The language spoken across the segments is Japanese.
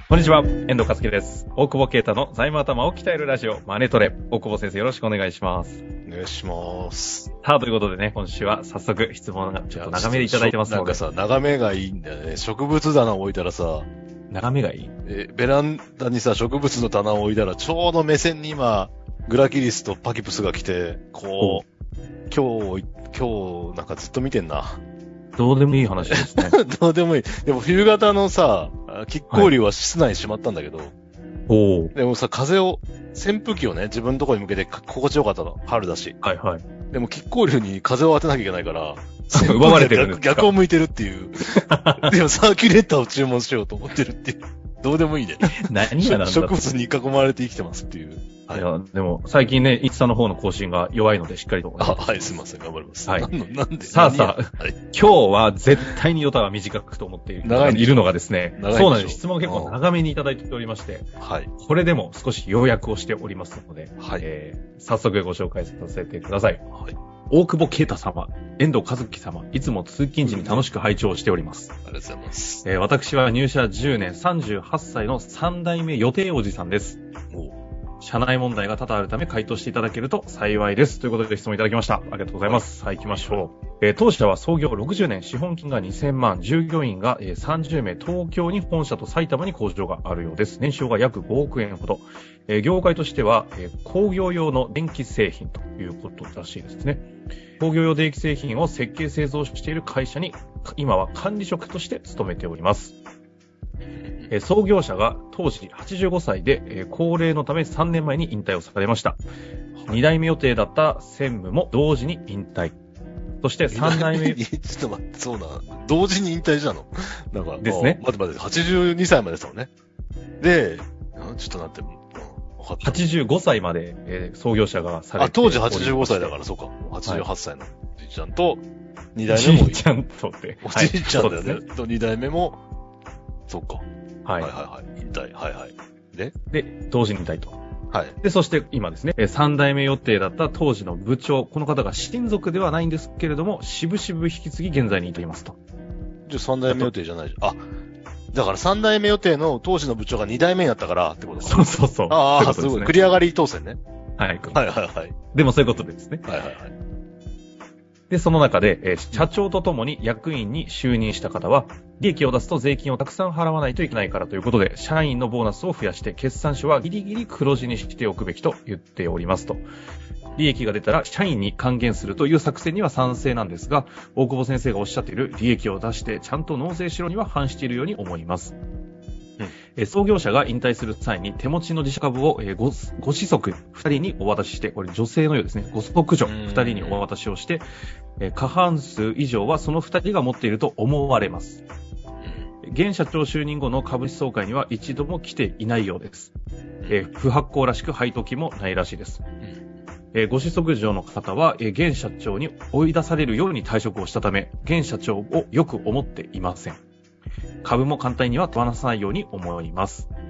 こんにちは、遠藤和樹です。大久保啓太の財務頭を鍛えるラジオ、マネトレ。大久保先生、よろしくお願いします。 お願いします。 さあ、ということでね、今週は早速質問がちょっと長めでいただいてますので。 なんかさ、眺めがいいんだよね。植物棚を置いたらさ、 眺めがいい？ ベランダにさ、植物の棚を置いたら、ちょうど目線に今、グラキリスとパキプスが来て、こう、今日なんかずっと見てんな。 どうでもいい話ですね。 どうでもいい。でも冬型のさ、亀甲竜は室内にしまったんだけど、 おでもさ、扇風機をね、自分のところに向けて心地よかったの。春だし。 はいはい。 でも亀甲竜に風を当てなきゃいけないから、 奪われてるんですか？ 逆を向いてるっていう。でもサーキュレーターを注文しようと思ってるっていう。どうでもいいね。 何がなんだ植物に囲まれて生きてますっていう。 はい。いや、でも、最近ね、インスタの方の更新が弱いので、しっかりと。 はい、すいません、頑張ります。 はい。 なんでさあ、はい、今日は絶対にヨタが短くと思っているのがですね、そうなんです。質問結構長めにいただいておりまして、はい。これでも少し要約をしておりますので、はい。早速ご紹介させてください。はい。大久保啓太様、遠藤和樹様、いつも通勤時に楽しく拝聴しております。 ありがとうございます。 私は入社10年38歳の3代目予定おじさんです。社内問題が多々あるため回答していただけると幸いです。ということで質問いただきました。ありがとうございます。はい、行きましょう。当社は創業60年、資本金が2000万、従業員が30名、東京に本社と埼玉に工場があるようです。年商が約5億円ほど。業界としては工業用の電気製品ということらしいですね。工業用電気製品を設計製造している会社に今は管理職として勤めております。創業者が当時85歳で高齢のため3年前に引退をされました。2代目予定だった専務も同時に引退。そして3代目。 ちょっと待って、そうな。同時に引退したの？なんか、 ですね。 待って、82歳までですもんね。で、ちょっと待って。 85歳まで、創業者がされて。 当時85歳だから、そうか。88歳のおじいちゃんと、2代目も。おじいちゃんとって。 おじいちゃんだよね。と2代目も、そうか。 はい。 はいはいはい。引退。はいはい。で、 同時に引退と。 はい。 で、そして今ですね、3代目予定だった当時の部長、この方が親族ではないんですけれども、渋々引き継ぎ現在に至りますと。 じゃあ3代目予定じゃないじゃん。あ、だから3代目予定の当時の部長が2代目になったからってことか。 そうそうそう。 ああ、すごい。繰り上がり当選ね。 はい。 はいはいはい。 でもそういうことですね。 はいはいはい。 で、その中で、社長とともに役員に就任した方は、利益を出すと税金をたくさん払わないといけないからということで、社員のボーナスを増やして、決算書はギリギリ黒字にしておくべきと言っておりますと。利益が出たら社員に還元するという作戦には賛成なんですが、大久保先生がおっしゃっている利益を出してちゃんと納税しろには反しているように思います。創業者が引退する際に手持ちの自社株をご子息2人にお渡しして、これ女性のようですね、ご息女2人にお渡しをして、過半数以上はその2人が持っていると思われます。現社長就任後の株主総会には一度も来ていないようです。不発行らしく配当金もないらしいです。ご子息女の方は現社長に追い出されるように退職をしたため、現社長をよく思っていません。株も簡単には手放さないように思います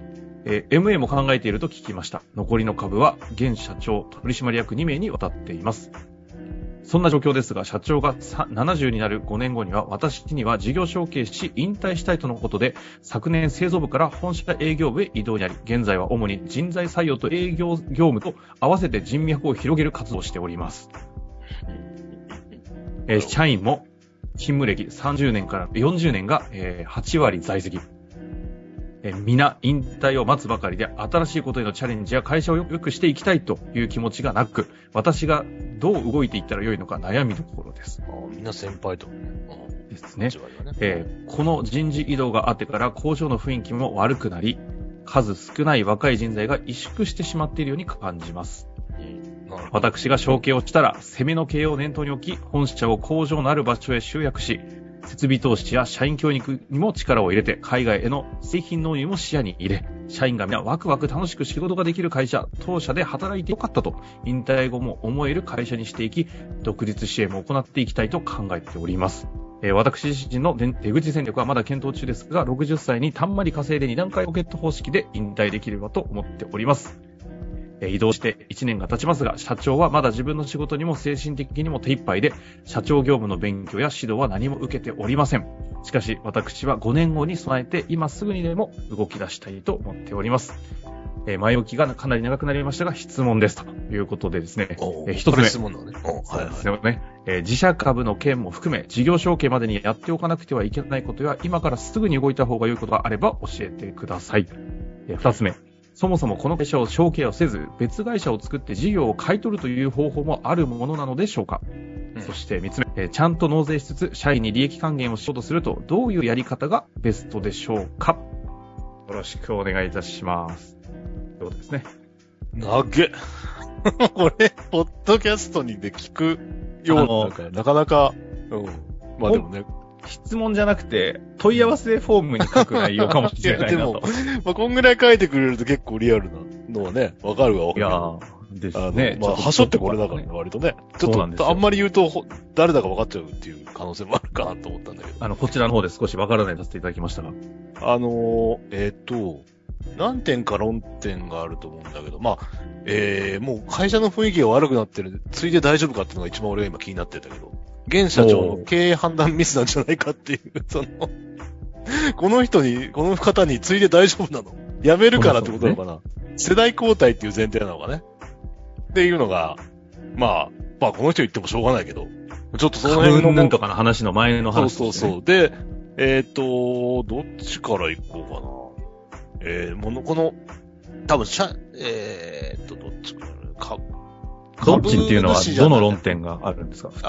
。MA も考えていると聞きました。残りの株は現社長取締役2名に渡っています。そんな状況ですが、社長が70になる5年後には、私には事業承継し引退したいとのことで、昨年製造部から本社営業部へ異動になり、現在は主に人材採用と営業業務と合わせて人脈を広げる活動をしております。社員も勤務歴30年から40年が8割在籍。皆引退を待つばかりで、新しいことへのチャレンジや会社を良くしていきたいという気持ちがなく、私がどう動いていったらよいのか悩みどころです。 みんな先輩とですね。この人事異動があってから工場の雰囲気も悪くなり、数少ない若い人材が萎縮してしまっているように感じます。私が承継をしたら、攻めの経営を念頭に置き、本社を工場のある場所へ集約し、設備投資や社員教育にも力を入れて、海外への製品納入も視野に入れ、社員が皆ワクワク楽しく仕事ができる会社、当社で働いてよかったと、引退後も思える会社にしていき、独立支援も行っていきたいと考えております。私自身の出口戦略はまだ検討中ですが、60歳にたんまり稼いで2段階ロケット方式で引退できればと思っております。 移動して1年が経ちますが、社長はまだ自分の仕事にも精神的にも手一杯で、社長業務の勉強や指導は何も受けておりません。しかし、私は5年後に備えて、今すぐにでも動き出したいと思っております。前置きがかなり長くなりましたが、質問です。ということでですね。一つ目。 質問だね。 はいですよね。自社株の件も含め、事業承継までにやっておかなくてはいけないことや、今からすぐに動いた方が良いことがあれば教えてください。二つ目。そもそもこの会社を承継をせず、別会社を作って事業を買い取るという方法もあるものなのでしょうか。そして三つ目、ちゃんと納税しつつ、社員に利益還元をしようとすると、どういうやり方がベストでしょうか。よろしくお願いいたします。ということですね。 なげこれ、ポッドキャストにで聞くような、なかなか、まあでもね。 質問じゃなくて、問い合わせフォームに書く内容かもしれないなと。 でも、まあ、こんぐらい書いてくれると結構リアルなのはね、わかるわ。 いやー、ですね。 まあ、はしょってこれだからね、割とね。ちょっと、あんまり言うと、誰だか分かっちゃうっていう可能性もあるかなと思ったんだけど。 こちらの方で少しわからないさせていただきましたが。 何点か論点があると思うんだけど、まあ、もう会社の雰囲気が悪くなってる、ついで大丈夫かっていうのが一番俺が今気になってんだけど、現社長の経営判断ミスなんじゃないかっていう、この方についで大丈夫なの？辞めるからってことなのかな？世代交代っていう前提なのかね。っていうのが、まあこの人言ってもしょうがないけど、ちょっとその辺の。 なんとかの話の前の話、 ね。そう。で、どっちから行こうかな。この、多分、どっちかな。 どっちっていうのは、どの論点があるんですか？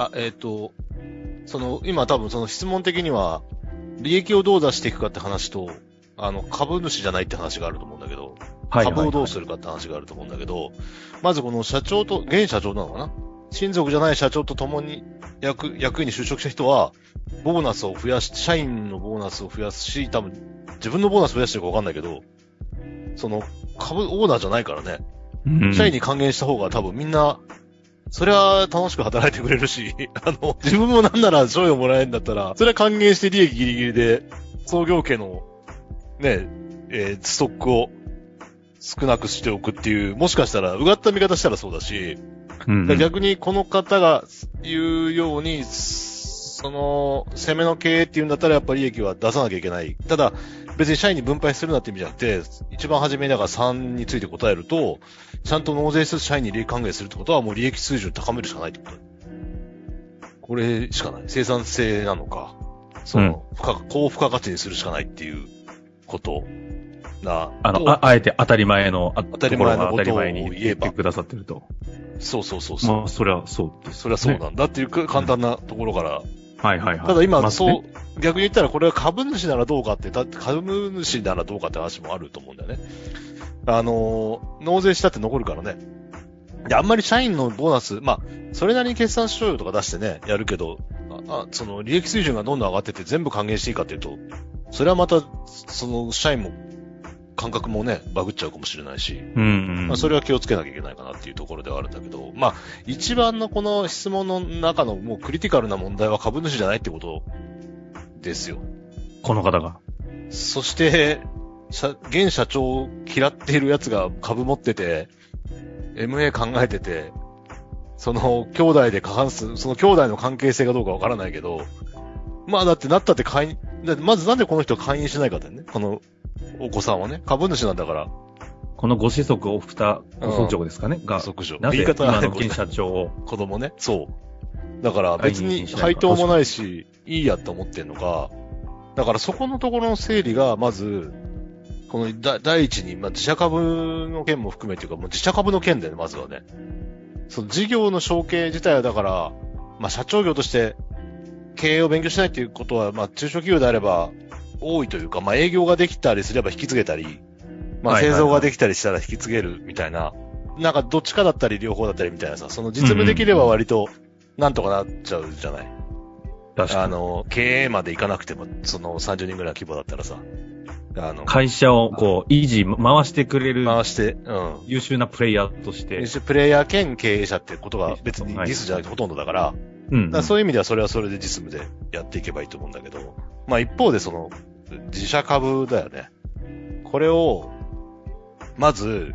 今多分その質問的には、利益をどう出していくかって話と、株主じゃないって話があると思うんだけど、株をどうするかって話があると思うんだけど、まずこの社長と、現社長なのかな？親族じゃない社長と共に役員に就職した人は、ボーナスを増やし、社員のボーナスを増やすし、多分、自分のボーナス増やしてるかわかんないけど、その、株オーナーじゃないからね。社員に還元した方が多分みんな、それは楽しく働いてくれるし、自分もなんなら賞与もらえるんだったら、それは還元して利益ギリギリで、創業家の、ね、ストックを少なくしておくっていう、もしかしたら、うがった見方したらそうだし、逆にこの方が言うように、その、攻めの経営っていうんだったらやっぱり利益は出さなきゃいけない。ただ、別に社員に分配するなって意味じゃなくて、一番初めにだから3について答えると、ちゃんと納税せず社員に利益還元するってことはもう利益水準を高めるしかないってこと。これしかない。生産性なのか、高付加価値にするしかないっていうことな。 あえて当たり前の、 当たり前のことを言えば。くださってると。 そう。 まあ、それはそうです。 それはそうなんだっていう簡単なところから。 はい。 ただ今、逆に言ったらこれは株主ならどうかって、株主ならどうかって話もあると思うんだよね。納税したって残るからね。で、あんまり社員のボーナス、まあ、それなりに決算賞与とか出してね、やるけど、その利益水準がどんどん上がってて全部還元していいかっていうと、それはまた、その社員も、感覚もね、バグっちゃうかもしれないし、まあ、それは気をつけなきゃいけないかなっていうところではあるんだけど、まあ、一番のこの質問の中のもうクリティカルな問題は株主じゃないってことですよ。 この方が。 そして、現社長を嫌っている奴が株持ってて、MA 考えてて、その兄弟で過半数、その兄弟の関係性がどうかわからないけど、まあだってなったってまずなんでこの人が会員しないかだよね。このお子さんはね、株主なんだから。 このご子息ご尊長ですかね、が、なぜ今の現社長を。 子供ね。そう。だから別に配当もないし、いいやって思ってんのか。だからそこのところの整理が、まず、この第一に、まあ、自社株の件も含めていうか、もう自社株の件でね、まずはね。その事業の承継自体はだから、まあ社長業として経営を勉強しないっていうことは、まあ中小企業であれば多いというか、まあ営業ができたりすれば引き継げたり、まあ製造ができたりしたら引き継げるみたいな、なんかどっちかだったり両方だったりみたいなさ、その実務できれば割となんとかなっちゃうじゃない。 確かに。 経営までいかなくても、その30人ぐらいの規模だったらさ、 会社をこう、維持、回してくれる。 回して、 優秀なプレイヤーとして。 優秀プレイヤー兼経営者ってことが別にディスじゃなくてほとんどだから、だからそういう意味ではそれはそれで実務でやっていけばいいと思うんだけど、まあ一方でその、自社株だよね。これを、まず、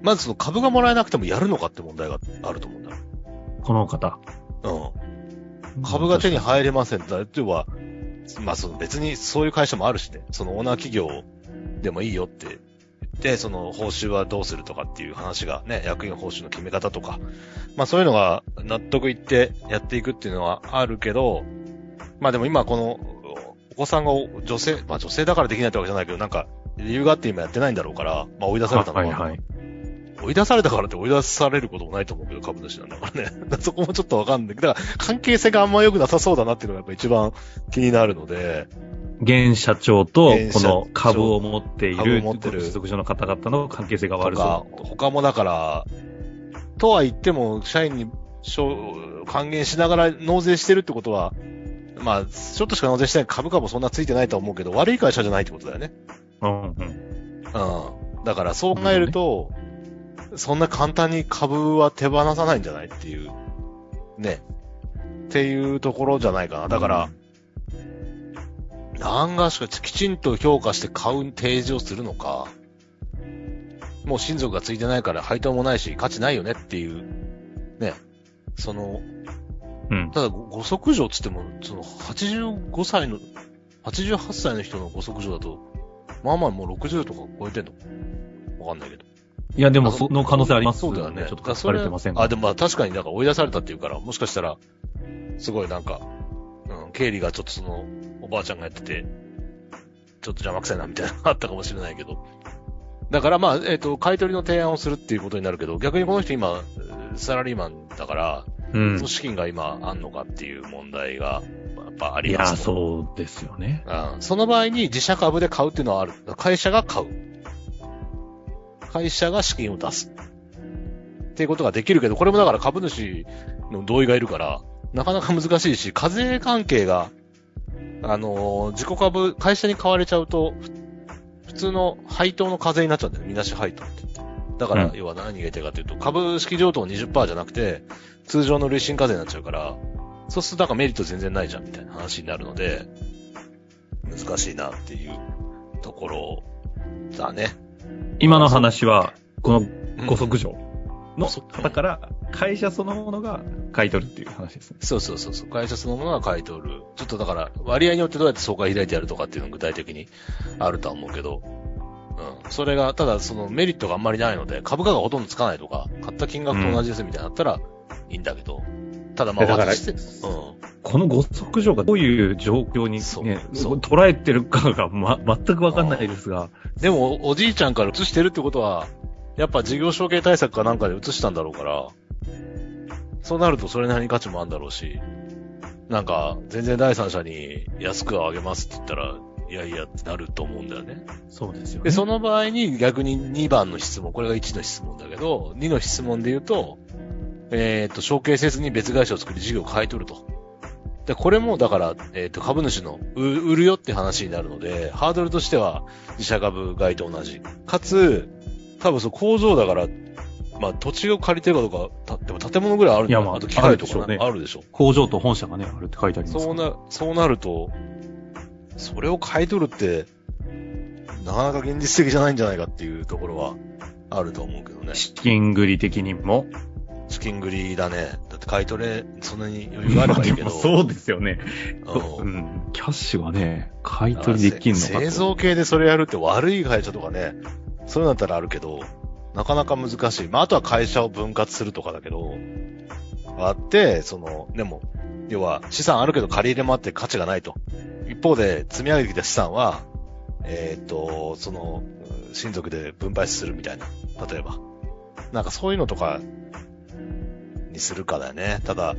まずその株がもらえなくてもやるのかって問題があると思うんだ。 この方。 うん。株が手に入れませんって、要は、まあその別にそういう会社もあるしね、そのオーナー企業でもいいよって言って、その報酬はどうするとかっていう話がね、役員報酬の決め方とか、まあそういうのが納得いってやっていくっていうのはあるけど、まあでも今このお子さんが女性だからできないってわけじゃないけど、なんか理由があって今やってないんだろうから、まあ追い出されたのは、はいはい、追い出されたからって追い出されることもないと思うけど、株主なんだからね。そこもちょっとわかんない。だから関係性があんま良くなさそうだなっていうのがやっぱ一番気になるので、 現社長とこの株を持っている所属所の方々の関係性が悪そう。 他もだから、とは言っても社員に還元しながら納税してるってことは、まあ、ちょっとしか納税してない株価もそんなついてないと思うけど、悪い会社じゃないってことだよね。 うんうん。 うん。だからそう考えると、そんな簡単に株は手放さないんじゃないっていう、ね。っていうところじゃないかな。だから、何がしかきちんと評価して買う提示をするのか、もう親族がついてないから配当もないし価値ないよねっていう、ね。その、ただ、ご息女つっても、その、88歳の人のご息女だと、まあまあもう60とか超えてんのわかんないけど。 いや、でも、その可能性あります。 そうだよね。 ちょっと書かれてませんか。 でもまあ確かになんか追い出されたっていうから、もしかしたら、すごいなんか、経理がちょっとその、おばあちゃんがやってて、ちょっと邪魔くさいなみたいなのがあったかもしれないけど。だからまあ、買い取りの提案をするっていうことになるけど、逆にこの人今、サラリーマンだから、その資金が今あんのかっていう問題が、やっぱあります、 ね。いや、そうですよね。 その場合に自社株で買うっていうのはある。会社が買う。会社が資金を出す。っていうことができるけど、これもだから株主の同意がいるから、なかなか難しいし、課税関係が、自己株、会社に買われちゃうと、普通の配当の課税になっちゃうんだよね。みなし配当って言って。だから、要は何が言いたいかというと、株式譲渡の 20% じゃなくて、通常の累進課税になっちゃうから、そうするとなんかメリット全然ないじゃんみたいな話になるので、難しいなっていうところだね。 今の話は、このご息女の方から会社そのものが買い取るっていう話ですね。 そう。会社そのものが買い取る。ちょっとだから割合によってどうやって総会開いてやるとかっていうのが具体的にあるとは思うけど、それが、ただそのメリットがあんまりないので、株価がほとんどつかないとか、買った金額と同じですみたいなのだったらいいんだけど、ただまあ私して、このご息女がどういう状況にね、捉えてるかが全くわかんないですが。 でも、おじいちゃんから移してるってことは、やっぱ事業承継対策かなんかで移したんだろうから、そうなるとそれなりに価値もあるんだろうし、なんか、全然第三者に安くあげますって言ったら、いやいやってなると思うんだよね。 そうですよね。 で、その場合に逆に2番の質問、これが1の質問だけど、2の質問で言うと、承継せずに別会社を作り事業を買い取ると。で、これもだから、株主の売るよって話になるので、ハードルとしては自社株買いと同じ。かつ、多分工場だから、まあ土地を借りてるかどうか、でも建物ぐらいあるんだよ。あと機械とかね。あるでしょ。 工場と本社がね、あるって書いてあります。 そうなると、それを買い取るって、なかなか現実的じゃないんじゃないかっていうところはあると思うけどね。 資金繰り的にも。 資金繰りだね。だって買い取れ、そんなに余裕があればいいけど。 そうですよね。キャッシュはね、買い取りできんのか。 製造系でそれやるって悪い会社とかね、そういうのだったらあるけど、なかなか難しい。まあ、あとは会社を分割するとかだけど、あって、でも、要は資産あるけど借り入れもあって価値がないと。一方で積み上げてきた資産は、親族で分配するみたいな。例えば。なんかそういうのとか、にするかだよね。ただ、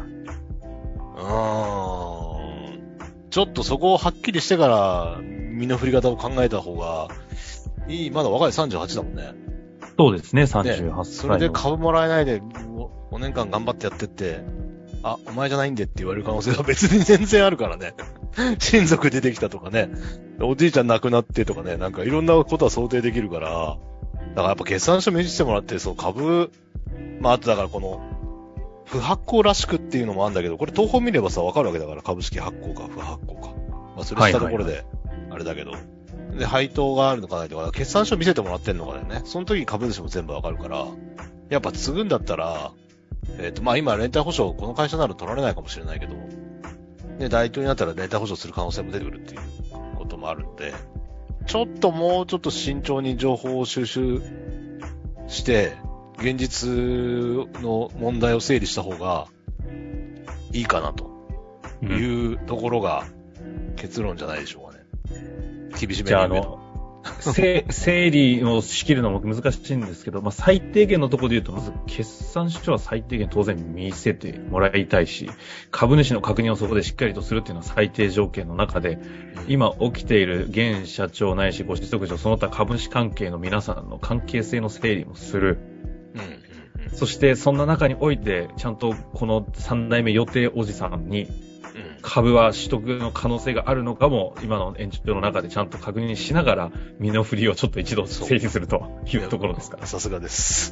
ちょっとそこをはっきりしてから、身の振り方を考えた方がいい。まだ若い38だもんね。 そうですね、38歳。 それで株もらえないで、5年間頑張ってやってって、お前じゃないんでって言われる可能性は別に全然あるからね。親族出てきたとかね。おじいちゃん亡くなってとかね。なんかいろんなことは想定できるから。だからやっぱ決算書見せてもらって、株、まああとだからこの、不発行らしくっていうのもあるんだけど、これ東方見ればさ、わかるわけだから、株式発行か、不発行か。まあそれしたところで、あれだけど。 で、配当があるのかないとか、決算書見せてもらってんのかだよね。その時に株主も全部わかるから、やっぱ継ぐんだったら、まあ今、連帯保証、この会社なら取られないかもしれないけど、ね、代表になったら連帯保証する可能性も出てくるっていうこともあるので、もうちょっと慎重に情報を収集して、現実の問題を整理した方がいいかなというところが結論じゃないでしょうかね。厳しめに言うと。 整理を仕切るのも難しいんですけど、まあ、最低限のところで言うと、まず決算書は最低限当然見せてもらいたいし、株主の確認をそこでしっかりとするっていうのは最低条件の中で、今起きている現社長ないしご子息上その他株主関係の皆さんの関係性の整理もする。そしてそんな中において、ちゃんとこの3代目予定おじさんに、株は取得の可能性があるのかも、今の延長の中でちゃんと確認しながら、身の振りをちょっと一度整理するというところですから。 さすがです。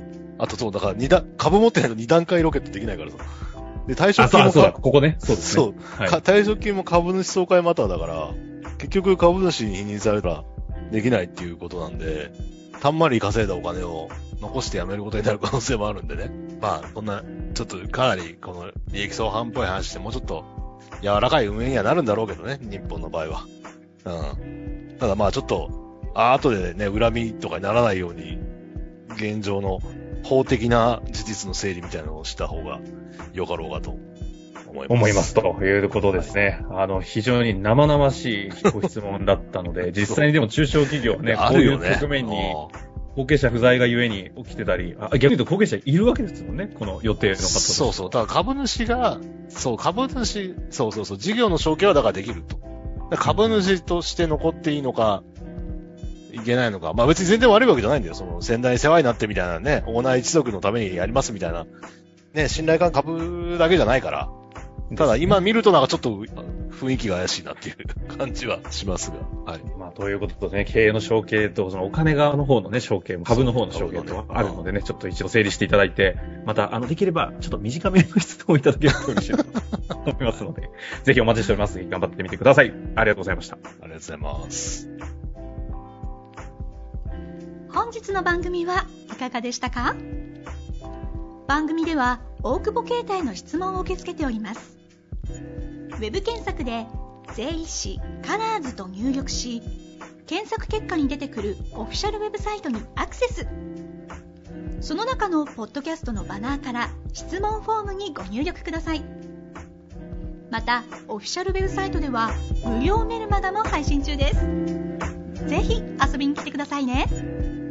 あとだから株持ってないと2段階ロケットできないからさ。で、退職金もそうだ、ここね。そうですね。 そう。はい、退職金も株主総会マターだから、結局株主に否認されたらできないっていうことなんで、たんまり稼いだお金を残して辞めることになる可能性もあるんでね。まあ、こんな、ちょっとかなりこの利益相反っぽい話してもうちょっと、柔らかい運営にはなるんだろうけどね、日本の場合は。ただまあちょっと、後でね、恨みとかにならないように、現状の法的な事実の整理みたいなのをした方がよかろうかと思います。 ということですね。はい、非常に生々しいご質問だったので、実際にでも中小企業ね、こういう局面に、後継者不在がゆえに起きてたり、逆に言うと後継者いるわけですもんね、この予定の方と。 そう。だから株主が、事業の承継はだからできると。株主として残っていいのか、いけないのか。まあ別に全然悪いわけじゃないんだよ。その先代に世話になってみたいなね、オーナー一族のためにやりますみたいな、ね、信頼感株だけじゃないから。ただ今見るとなんかちょっと雰囲気が怪しいなっていう感じはしますが。はい。 まあということでね、経営の承継とそのお金側の方のね、承継も株の方の承継とあるのでね、ちょっと一度整理していただいて、またできればちょっと短めの質問をいただけると嬉しいなと思いますので、ぜひお待ちしております。頑張ってみてください。ありがとうございました。 ありがとうございます。 本日の番組はいかがでしたか？番組では大久保携帯の質問を受け付けております。ウェブ検索で税理士カラーズと入力し、検索結果に出てくるオフィシャルウェブサイトにアクセス。その中のポッドキャストのバナーから質問フォームにご入力ください。またオフィシャルウェブサイトでは無料メルマガも配信中です。ぜひ遊びに来てくださいね。